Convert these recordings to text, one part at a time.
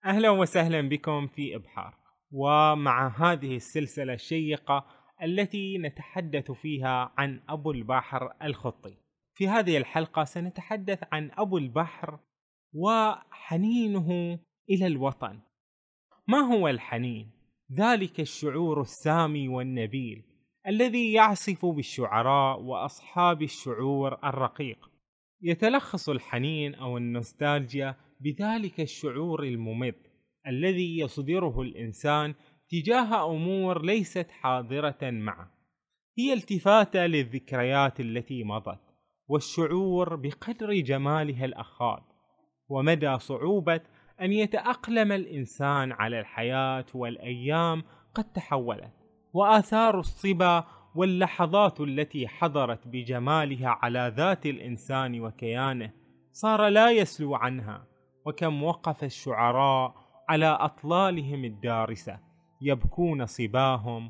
أهلا وسهلا بكم في إبحار، ومع هذه السلسلة الشيقة التي نتحدث فيها عن أبو البحر الخطي. في هذه الحلقة سنتحدث عن أبو البحر وحنينه إلى الوطن. ما هو الحنين؟ ذلك الشعور السامي والنبيل الذي يعصف بالشعراء وأصحاب الشعور الرقيق. يتلخص الحنين أو النوستالجيا بذلك الشعور الممت الذي يصدره الإنسان تجاه أمور ليست حاضرة معه. هي التفاتة للذكريات التي مضت، والشعور بقدر جمالها الأخاذ، ومدى صعوبة أن يتأقلم الإنسان على الحياة والأيام قد تحولت، وآثار الصبا واللحظات التي حضرت بجمالها على ذات الإنسان وكيانه صار لا يسلو عنها. وكم وقف الشعراء على أطلالهم الدارسة يبكون صباهم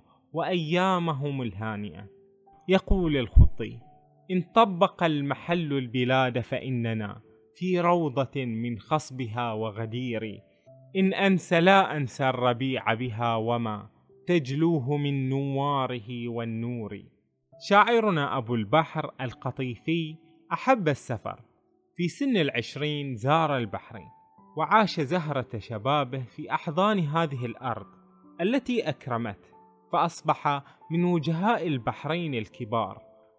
وأيامهم الهانئة. يقول الخطي: إن طبق المحل البلاد فإننا في روضة من خصبها وغدير، إن أنسى لا أنسى الربيع بها وما تجلوه من نواره والنور. شاعرنا أبو البحر القطيفي أحب السفر. في سن 20 زار البحرين، وعاش زهرة شبابه في أحضان هذه الأرض التي أكرمته، فأصبح من وجهاء البحرين الكبار.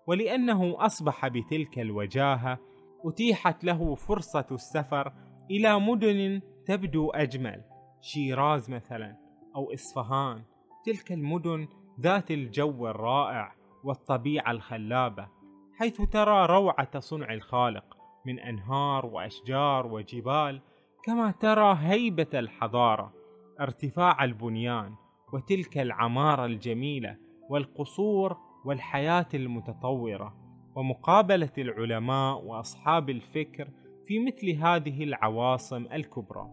ولأنه أصبح بتلك الوجاهة أتيحت له فرصة السفر إلى مدن تبدو أجمل، شيراز مثلا أو إصفهان، تلك المدن ذات الجو الرائع والطبيعة الخلابة، حيث ترى روعة صنع الخالق من أنهار وأشجار وجبال، كما ترى هيبة الحضارة، ارتفاع البنيان، وتلك العمارة الجميلة والقصور والحياة المتطورة، ومقابلة العلماء وأصحاب الفكر في مثل هذه العواصم الكبرى.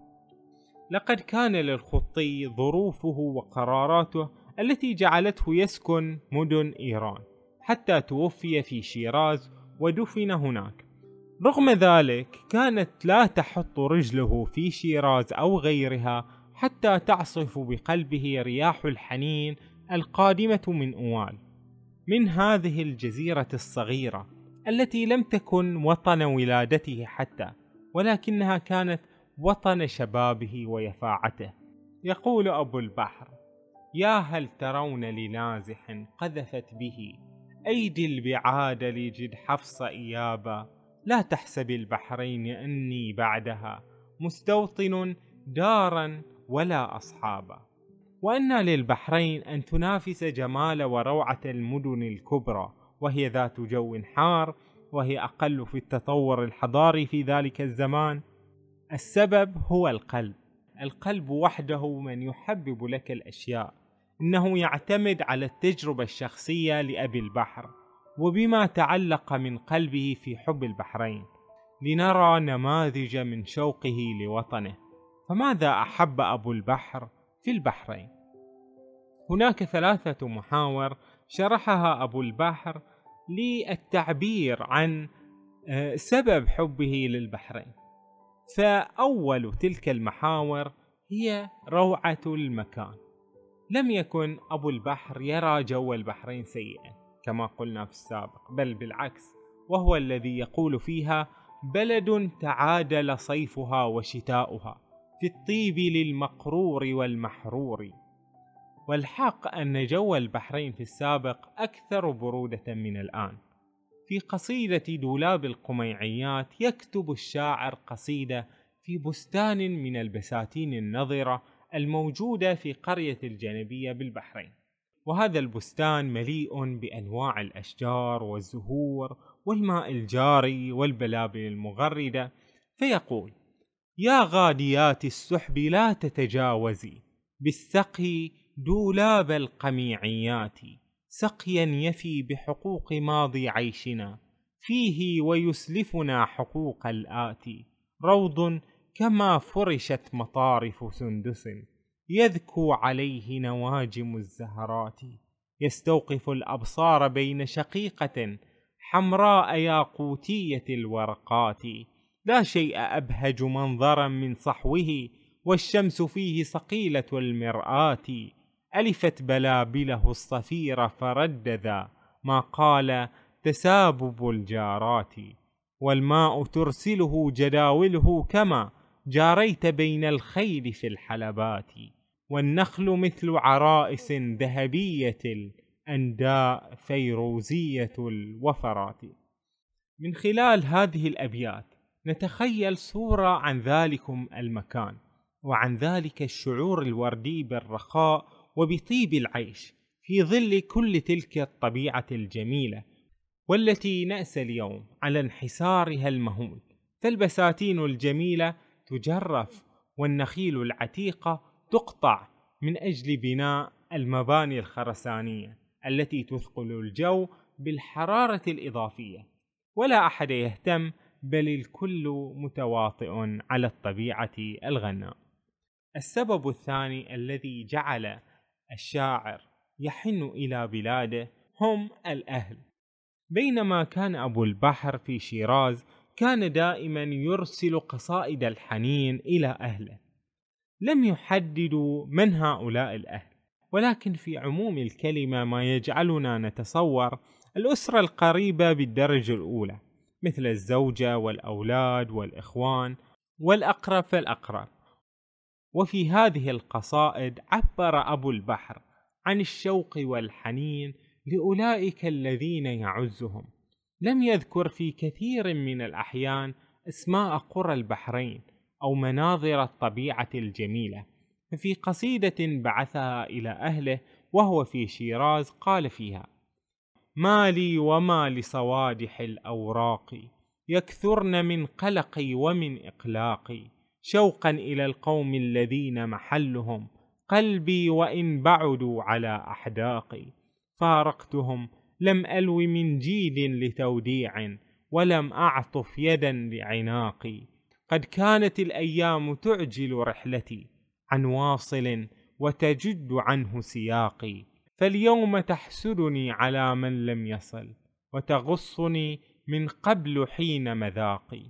لقد كان للخطي ظروفه وقراراته التي جعلته يسكن مدن إيران، حتى توفي في شيراز ودفن هناك. رغم ذلك كانت لا تحط رجله في شيراز أو غيرها حتى تعصف بقلبه رياح الحنين القادمة من أوال، من هذه الجزيرة الصغيرة التي لم تكن وطن ولادته حتى، ولكنها كانت وطن شبابه ويفاعته. يقول أبو البحر: يا هل ترون لنازح قذفت به أيدي البعاد لجد حفص إيابا، لا تحسب البحرين أني بعدها مستوطن دارا ولا أصحابا. وأن للبحرين أن تنافس جمال وروعة المدن الكبرى، وهي ذات جو حار، وهي أقل في التطور الحضاري في ذلك الزمان. السبب هو القلب وحده من يحبب لك الأشياء. إنه يعتمد على التجربة الشخصية لأبي البحر، وبما تعلق من قلبه في حب البحرين، لنرى نماذج من شوقه لوطنه. فماذا أحب أبو البحر في البحرين؟ هناك 3 محاور شرحها أبو البحر للتعبير عن سبب حبه للبحرين. فأول تلك المحاور هي روعة المكان. لم يكن أبو البحر يرى جو البحرين سيئا كما قلنا في السابق، بل بالعكس، وهو الذي يقول فيها: بلد تعادل صيفها وشتاؤها في الطيب للمقرور والمحرور. والحق أن جو البحرين في السابق أكثر برودة من الآن. في قصيدة دولاب القميعيات يكتب الشاعر قصيدة في بستان من البساتين النضرة الموجودة في قرية الجنبية بالبحرين، وهذا البستان مليء بأنواع الأشجار والزهور والماء الجاري والبلابل المغردة. فيقول: يا غاديات السحب لا تتجاوزي بالسقي دولاب القميعيات، سقيا يفي بحقوق ماضي عيشنا فيه ويسلفنا حقوق الآتي. روض كما فرشت مطارف سندس يذكو عليه نواجم الزهرات، يستوقف الأبصار بين شقيقة حمراء ياقوتية الورقات. لا شيء أبهج منظرا من صحوه والشمس فيه صقيلة المرآة، ألفت بلابله الصفير فردذا ما قال تسابب الجارات، والماء ترسله جداوله كما جاريت بين الخيل في الحلبات، والنخل مثل عرائس ذهبية الأنداء فيروزية الوفرات. من خلال هذه الأبيات نتخيل صورة عن ذلكم المكان، وعن ذلك الشعور الوردي بالرخاء وبطيب العيش في ظل كل تلك الطبيعة الجميلة، والتي نأسى اليوم على انحسارها المهول. فالبساتين الجميلة تجرف، والنخيل العتيقة تقطع من أجل بناء المباني الخرسانية التي تثقل الجو بالحرارة الإضافية، ولا أحد يهتم، بل الكل متواطئ على الطبيعة الغناء. السبب الثاني الذي جعل الشاعر يحن إلى بلاده هم الأهل. بينما كان أبو البحر في شيراز كان دائما يرسل قصائد الحنين إلى أهله. لم يحددوا من هؤلاء الأهل، ولكن في عموم الكلمة ما يجعلنا نتصور الأسرة القريبة بالدرجة الأولى، مثل الزوجة والأولاد والإخوان والأقرب فالأقرب. وفي هذه القصائد عبر أبو البحر عن الشوق والحنين لأولئك الذين يعزهم. لم يذكر في كثير من الأحيان اسماء قرى البحرين أو مناظر الطبيعة الجميلة، ففي قصيدة بعثها إلى أهله وهو في شيراز قال فيها: ما لي وما لصوادح الأوراق، يكثرن من قلقي ومن إقلاقي، شوقا إلى القوم الذين محلهم قلبي وإن بعدوا على أحداقي، فارقتهم لم ألو من جيد لتوديع، ولم أعطف يدا لعناقي، قد كانت الأيام تعجل رحلتي عن واصل وتجد عنه سياقي، فاليوم تحسدني على من لم يصل، وتغصني من قبل حين مذاقي.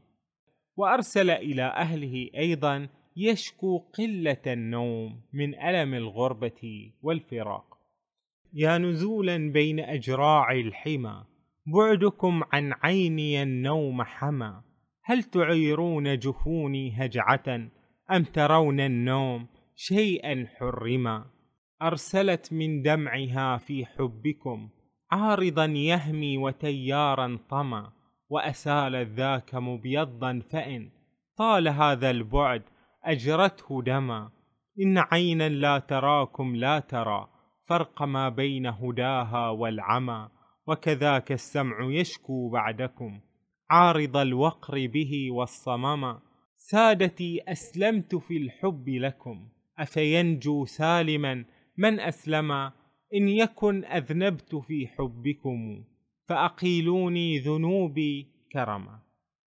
وأرسل إلى أهله أيضا يشكو قلة النوم من ألم الغربة والفراق: يا نزولا بين أجراع الحمى، بعدكم عن عيني النوم حمى، هل تعيرون جفوني هجعة، أم ترون النوم شيئا حرما، أرسلت من دمعها في حبكم عارضا يهمي وتيارا طمى، وأسال ذاك مبيضا فإن طال هذا البعد أجرته دما، إن عينا لا تراكم لا ترى فرق ما بين هداها والعمى، وكذاك السمع يشكو بعدكم عارض الوقر به والصمما، سادتي أسلمت في الحب لكم، أفينجو سالما من أسلم، إن يكن أذنبت في حبكم فأقيلوني ذنوبي كرما.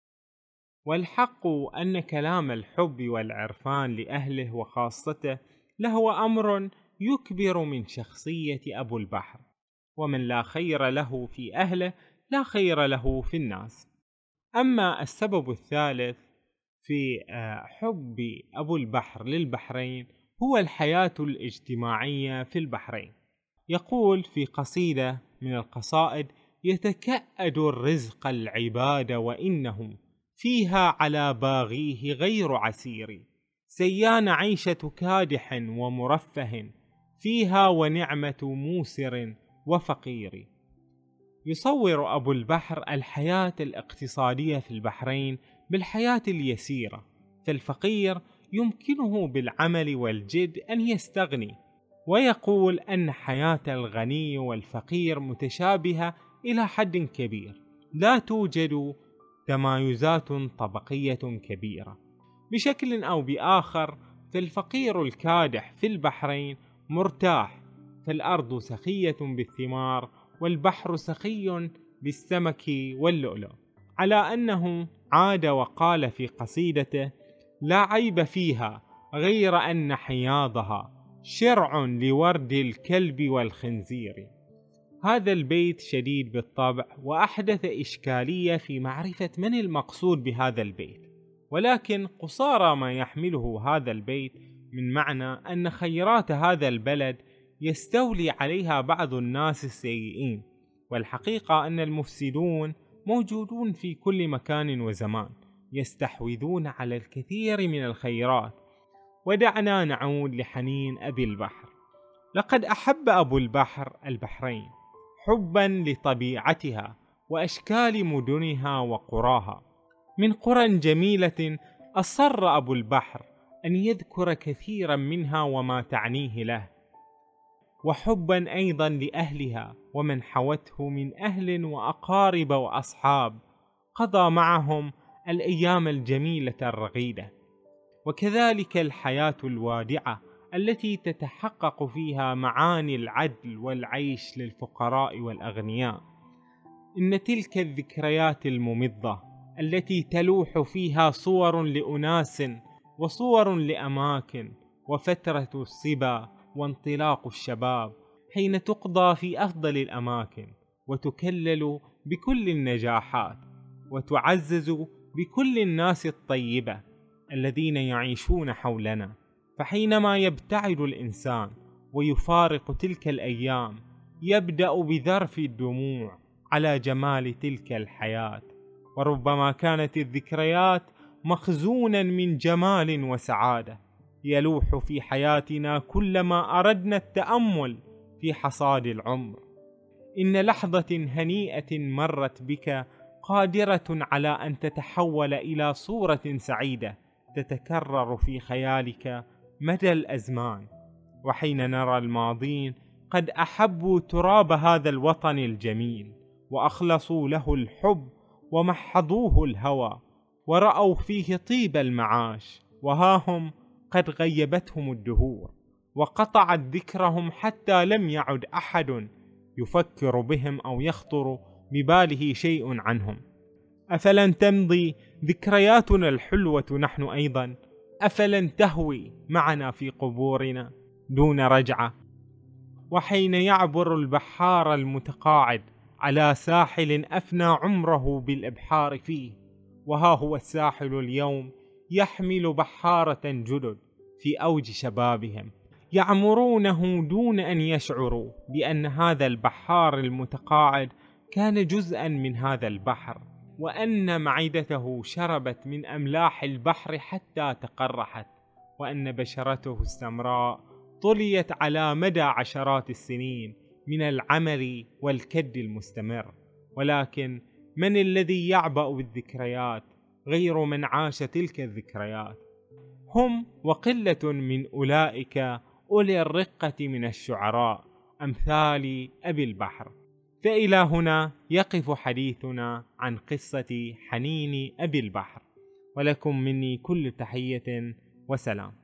والحق أن كلام الحب والعرفان لأهله وخاصته له أمر يكبر من شخصية أبو البحر، ومن لا خير له في أهله لا خير له في الناس. أما السبب الثالث في حب أبو البحر للبحرين هو الحياة الاجتماعية في البحرين. يقول في قصيدة من القصائد: يتكأد الرزق العباد وإنه فيها على باغيه غير عسير، سيان عيشة كادح ومرفه فيها ونعمة موسر وفقير. يصور أبو البحر الحياة الاقتصادية في البحرين بالحياة اليسيرة، فالفقير يمكنه بالعمل والجد أن يستغني، ويقول أن حياة الغني والفقير متشابهة إلى حد كبير، لا توجد تمايزات طبقية كبيرة. بشكل أو بآخر فالفقير الكادح في البحرين مرتاح، فالأرض سخية بالثمار والبحر سخي بالسمك واللؤلؤ، على أنه عاد وقال في قصيدته: لا عيب فيها غير أن حياضها شرع لورد الكلب والخنزير. هذا البيت شديد بالطبع، وأحدث إشكالية في معرفة من المقصود بهذا البيت، ولكن قصارى ما يحمله هذا البيت من معنى أن خيرات هذا البلد يستولي عليها بعض الناس السيئين، والحقيقة أن المفسدون موجودون في كل مكان وزمان، يستحوذون على الكثير من الخيرات. ودعنا نعود لحنين أبي البحر. لقد أحب أبو البحر البحرين حبا لطبيعتها وأشكال مدنها وقراها. من قرى جميلة أصر أبو البحر أن يذكر كثيرا منها وما تعنيه له، وحبا أيضا لأهلها ومن حوته من أهل وأقارب وأصحاب قضى معهم الأيام الجميلة الرغيدة. وكذلك الحياة الوادعة التي تتحقق فيها معاني العدل والعيش للفقراء والأغنياء. إن تلك الذكريات الممضة التي تلوح فيها صور لأناس وصور لأماكن وفترة الصبا وانطلاق الشباب، حين تقضى في أفضل الأماكن وتكلل بكل النجاحات وتعزز بكل الناس الطيبة الذين يعيشون حولنا. فحينما يبتعد الإنسان ويفارق تلك الأيام يبدأ بذرف الدموع على جمال تلك الحياة، وربما كانت الذكريات مخزونا من جمال وسعادة يلوح في حياتنا كلما أردنا التأمل في حصاد العمر. إن لحظة هنيئة مرت بك قادرة على أن تتحول إلى صورة سعيدة تتكرر في خيالك مدى الأزمان. وحين نرى الماضين قد أحبوا تراب هذا الوطن الجميل وأخلصوا له الحب ومحضوه الهوى ورأوا فيه طيب المعاش، وها هم قد غيبتهم الدهور وقطعت ذكرهم حتى لم يعد أحد يفكر بهم أو يخطر بباله شيء عنهم. أفلن تمضي ذكرياتنا الحلوة نحن أيضا؟ أفلن تهوي معنا في قبورنا دون رجعة؟ وحين يعبر البحار المتقاعد على ساحل أفنى عمره بالإبحار فيه، وها هو الساحل اليوم يحمل بحارة جدد في أوج شبابهم يعمرونه دون أن يشعروا بأن هذا البحار المتقاعد كان جزءا من هذا البحر، وأن معدته شربت من أملاح البحر حتى تقرحت، وأن بشرته السمراء طليت على مدى عشرات السنين من العمل والكد المستمر. ولكن من الذي يعبأ بالذكريات غير من عاش تلك الذكريات؟ هم وقلة من أولئك أولي الرقة من الشعراء أمثال أبي البحر. فإلى هنا يقف حديثنا عن قصة حنين أبي البحر، ولكم مني كل تحية وسلام.